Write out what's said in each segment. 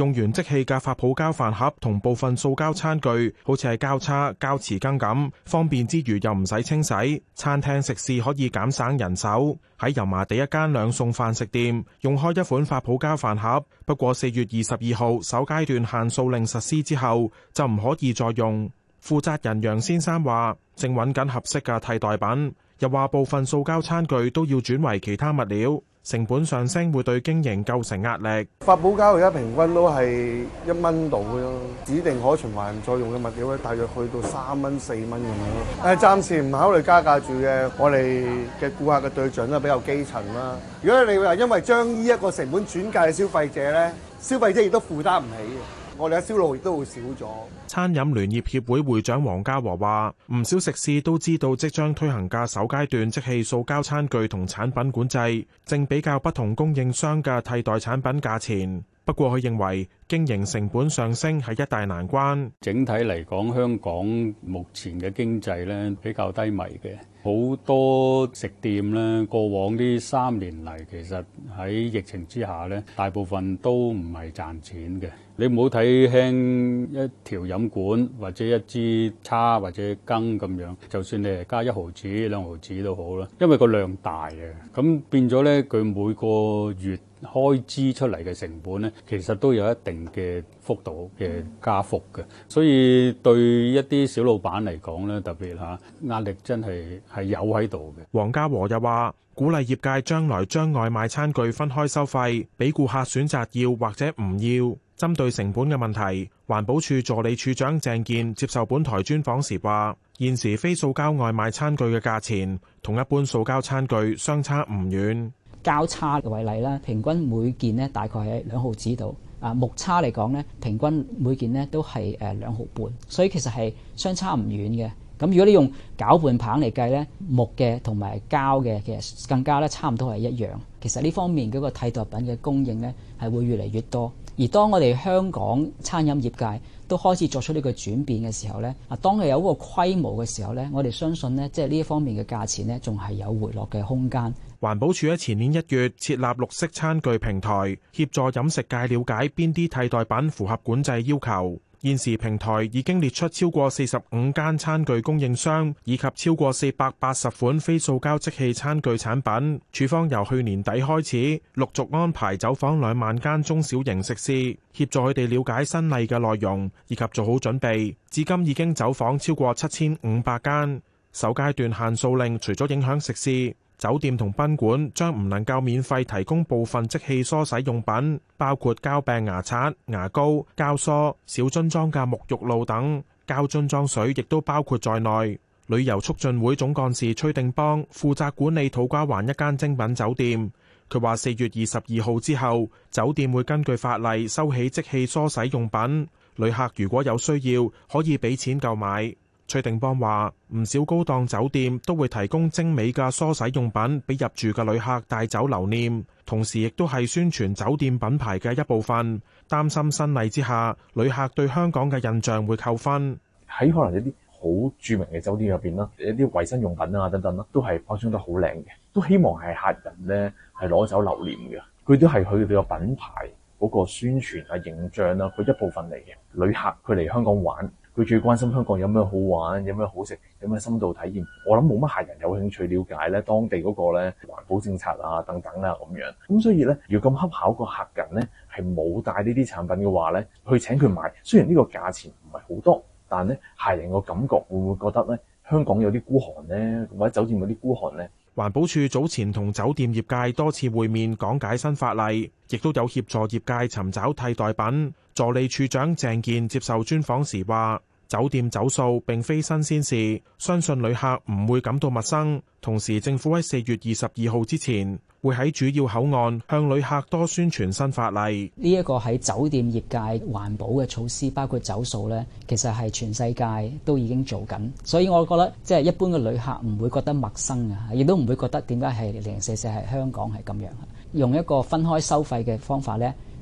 用完即棄嘅發泡膠飯盒同部分塑膠餐具，好似係膠叉、膠匙羹咁，方便之餘又唔使清洗。餐廳食肆可以減省人手。喺油麻地一間兩餸飯食店，用開一款發泡膠飯盒，不過4月22號首階段限塑令實施之後，就唔可以再用。負責人楊先生話：正揾緊合適嘅替代品，又話部分塑膠餐具都要轉為其他物料，成本上升會對經營構成壓力。 發泡膠而家平均都係1蚊度嘅咯，指定可循環再用嘅物料咧，大約去到3蚊4蚊咁樣咯。暫時唔考慮加價住嘅，我哋嘅顧客嘅對象都比較基層啦。如果你話因為將呢一個成本轉嫁嘅消費者咧，消費者亦都負擔唔起嘅。我哋嘅銷路亦都會少咗。餐飲聯業協會會長黃家和話：唔少食肆都知道即將推行嘅首階段即棄塑膠餐具同產品管制，正比較不同供應商嘅替代產品價錢。不過佢認為經營成本上升係一大難關。 整體嚟講，香港目前嘅經濟咧比較低迷嘅，好多食店咧過往呢3年嚟，其實喺疫情之下咧，大部分都唔係賺錢嘅。你唔好睇輕一條飲管或者一支叉或者羹咁樣，就算你係加1毫子2毫子都好啦，因為個量大啊，咁變咗咧佢每個月開支出嚟嘅成本咧，其實都有一定嘅幅度嘅加幅嘅，所以對一啲小老闆嚟講咧，特別壓力真係有喺度嘅。 黃家和又話：鼓勵業界將來將外賣餐具分開收費，俾顧客選擇要或者唔要。針對成本嘅問題，環保署助理處長鄭健接受本台專訪時話：現時非塑膠外賣餐具嘅價錢同一般塑膠餐具相差唔遠。 膠叉為例啦，平均每件呢大概係2毫子度。木叉嚟講呢，平均每件呢都係2毫半，所以其實係相差唔遠嘅。咁如果你用攪拌棒嚟計呢，木嘅同埋膠嘅其實更加咧差唔多係一樣。其實呢方面嗰個替代品嘅供應呢係會越嚟越多。而當我哋香港餐飲業界都開始作出呢個轉變嘅時候呢，當佢有一個規模嘅時候呢，我哋相信呢，即係呢一方面嘅價錢呢，仲係有回落嘅空間。 環保署喺前年1月設立綠色餐具平台，協助飲食界了解邊啲替代品符合管制要求。現時平台已經列出超過45間餐具供應商，以及超過480款非塑膠即棄餐具產品。署方由去年底開始，陸續安排走訪2萬間中小型食肆，協助佢哋了解新例嘅內容，以及做好準備。至今已經走訪超過7500間。首階段限塑令除咗影響食肆，酒店同賓館將唔能夠免費提供部分即棄梳洗用品，包括膠柄牙刷、牙膏、膠梳、小樽裝嘅沐浴露等。膠樽裝水亦都包括在內。旅遊促進會總幹事崔定邦負責管理土瓜灣一間精品酒店，佢話4月22號之後，酒店會根據法例收起即棄梳洗用品，旅客如果有需要，可以俾錢購買。崔定邦話：唔少高檔酒店都會提供精美嘅梳洗用品俾入住嘅旅客帶走留念，同時亦都係宣傳酒店品牌嘅一部分。擔心新例之下，旅客對香港嘅印象會扣分。 喺可能一啲好著名嘅酒店入邊啦，一啲衛生用品啊等等啦，都係包裝得好靚嘅，都希望係客人咧係攞走留念嘅。佢都係佢哋個品牌嗰個宣傳啊、形象啊，佢一部分嚟嘅。旅客佢嚟香港玩，佢最關心香港有咩好玩、有咩好食、有咩深度體驗。我諗冇乜客人有興趣了解咧當地嗰個咧環保政策啊等等啦咁樣。咁所以咧，如果咁恰巧個客人咧係冇帶呢啲產品嘅話咧，去請佢買，雖然呢個價錢唔係好多，但咧客人個感覺會唔會覺得咧香港有啲孤寒咧，或者酒店有啲孤寒咧？ 環保署早前同酒店業界多次會面講解新法例，亦都有協助業界尋找替代品。助理處長鄭健接受專訪時話：酒店走塑並非新鮮事，相信旅客唔會感到陌生。同時，政府喺4月22號之前，會喺主要口岸向旅客多宣傳新法例。 呢一個喺酒店業界環保嘅措施，包括走塑呢，其實係全世界都已經做緊。所以我覺得即係一般嘅旅客唔會覺得陌生啊，亦都唔會覺得點解係零零舍舍係香港係咁樣。用一個分開收費嘅方法呢，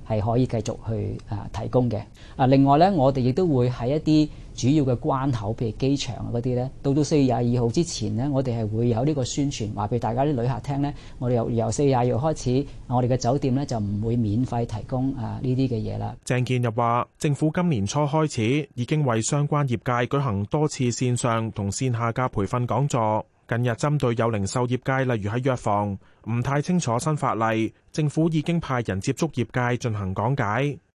係可以繼續去提供嘅。另外咧，我哋亦都會喺一啲主要嘅關口，譬如機場嗰啲咧，到4月22號之前呢，我哋係會有呢個宣傳，話俾大家啲旅客聽咧，我哋由4月22號開始，我哋嘅酒店咧就唔會免費提供呢啲嘅嘢啦。 鄭建日話，政府今年初開始已經為相關業界舉行多次線上同線下嘅培訓講座。近日針對有零售業界，例如喺藥房唔太清楚新法例，政府已經派人接觸業界進行講解。